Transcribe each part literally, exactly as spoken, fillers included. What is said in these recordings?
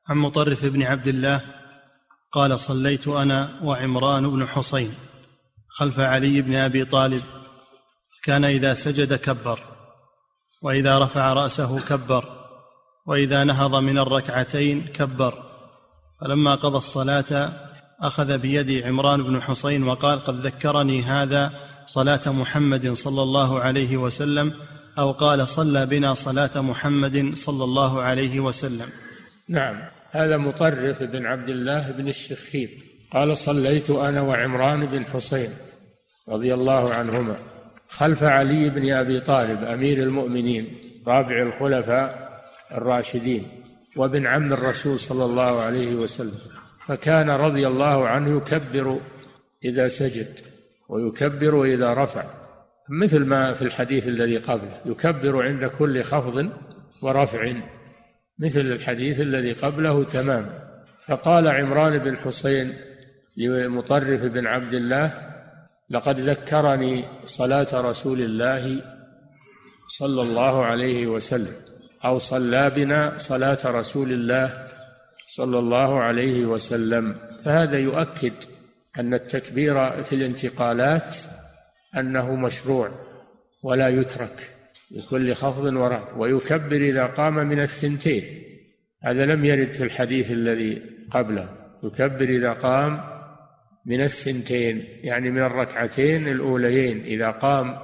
عن مطرف بن عبد الله قال: صليت أنا وعمران بن حصين خلف علي بن أبي طالب، كان إذا سجد كبر، وإذا رفع رأسه كبر، وإذا نهض من الركعتين كبر. فلما قضى الصلاة أخذ بيد عمران بن حصين وقال: قد ذكرني هذا صلاة محمد صلى الله عليه وسلم، أو قال: صلى بنا صلاة محمد صلى الله عليه وسلم. نعم، هذا مطرف بن عبد الله بن الشخير قال: صليت أنا وعمران بن حصين رضي الله عنهما خلف علي بن أبي طالب أمير المؤمنين رابع الخلفاء الراشدين وابن عم الرسول صلى الله عليه وسلم، فكان رضي الله عنه يكبر إذا سجد ويكبر إذا رفع، مثل ما في الحديث الذي قبله، يكبر عند كل خفض ورفع، مثل الحديث الذي قبله تماما. فقال عمران بن حصين لمطرف بن عبد الله: لقد ذكرني صلاة رسول الله صلى الله عليه وسلم، أو صلى بنا صلاة رسول الله صلى الله عليه وسلم. فهذا يؤكد أن التكبير في الانتقالات أنه مشروع ولا يترك بكل خفض ورفع، ويكبر إذا قام من الثنتين، هذا لم يرد في الحديث الذي قبله، يكبر إذا قام من الثنتين يعني من الركعتين الأوليين، إذا قام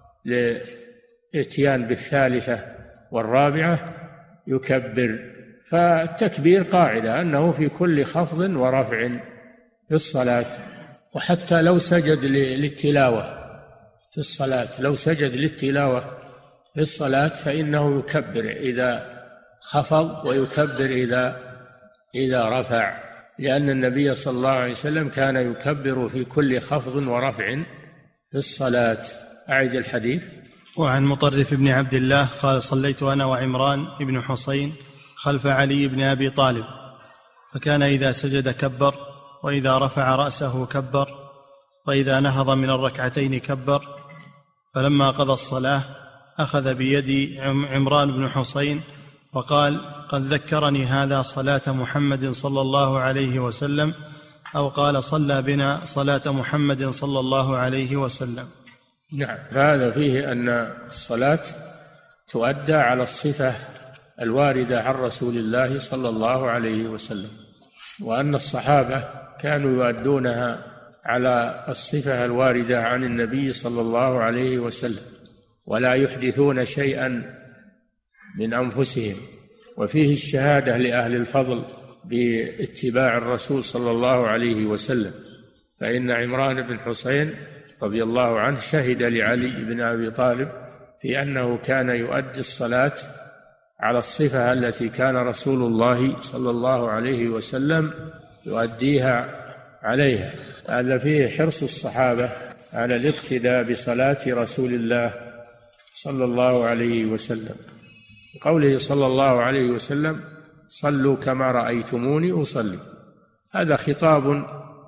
لإتيان بالثالثة والرابعة يكبر. فالتكبير قاعدة أنه في كل خفض ورفع في الصلاة، وحتى لو سجد للتلاوة في الصلاة، لو سجد للتلاوة في الصلاة فإنه يكبر إذا خفض ويكبر إذا إذا رفع، لأن النبي صلى الله عليه وسلم كان يكبر في كل خفض ورفع في الصلاة. أعد الحديث. وعن مطرف بن عبد الله قال: صليت أنا وعمران بن حصين خلف علي بن أبي طالب، فكان إذا سجد كبر، وإذا رفع رأسه كبر، وإذا نهض من الركعتين كبر. فلما قضى الصلاة أخذ بيد عمران بن حصين وقال: قد ذكرني هذا صلاة محمد صلى الله عليه وسلم، أو قال: صلى بنا صلاة محمد صلى الله عليه وسلم. نعم، هذا فيه أن الصلاة تؤدى على الصفة الواردة عن رسول الله صلى الله عليه وسلم، وأن الصحابة كانوا يؤدونها على الصفة الواردة عن النبي صلى الله عليه وسلم، ولا يحدثون شيئا من أنفسهم. وفيه الشهادة لأهل الفضل باتباع الرسول صلى الله عليه وسلم، فإن عمران بن حصين رضي الله عنه شهد لعلي بن أبي طالب في أنه كان يؤدي الصلاة على الصفة التي كان رسول الله صلى الله عليه وسلم يؤديها عليها. هذا فيه حرص الصحابة على الاقتداء بصلاة رسول الله صلى الله عليه وسلم، قوله صلى الله عليه وسلم: صلوا كما رأيتموني أصلي. هذا خطاب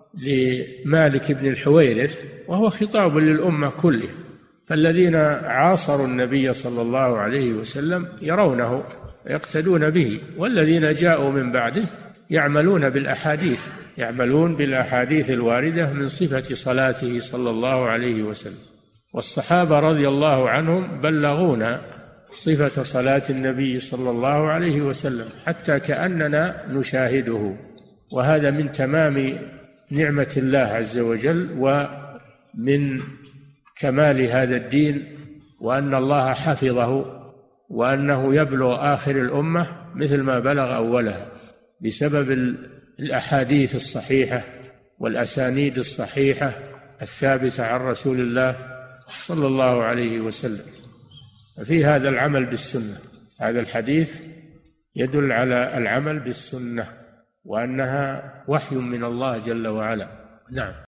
لمالك بن الحويرث، وهو خطاب للأمة كلها، فالذين عاصروا النبي صلى الله عليه وسلم يرونه ويقتدون به، والذين جاءوا من بعده يعملون بالأحاديث يعملون بالأحاديث الواردة من صفة صلاته صلى الله عليه وسلم. والصحابة رضي الله عنهم بلغونا صفة صلاة النبي صلى الله عليه وسلم حتى كأننا نشاهده، وهذا من تمام نعمة الله عز وجل ومن كمال هذا الدين، وأن الله حفظه، وأنه يبلغ آخر الأمة مثل ما بلغ أولها بسبب الأحاديث الصحيحة والأسانيد الصحيحة الثابتة عن رسول الله صلى الله عليه وسلم. في هذا العمل بالسنة، هذا الحديث يدل على العمل بالسنة وأنها وحي من الله جل وعلا. نعم.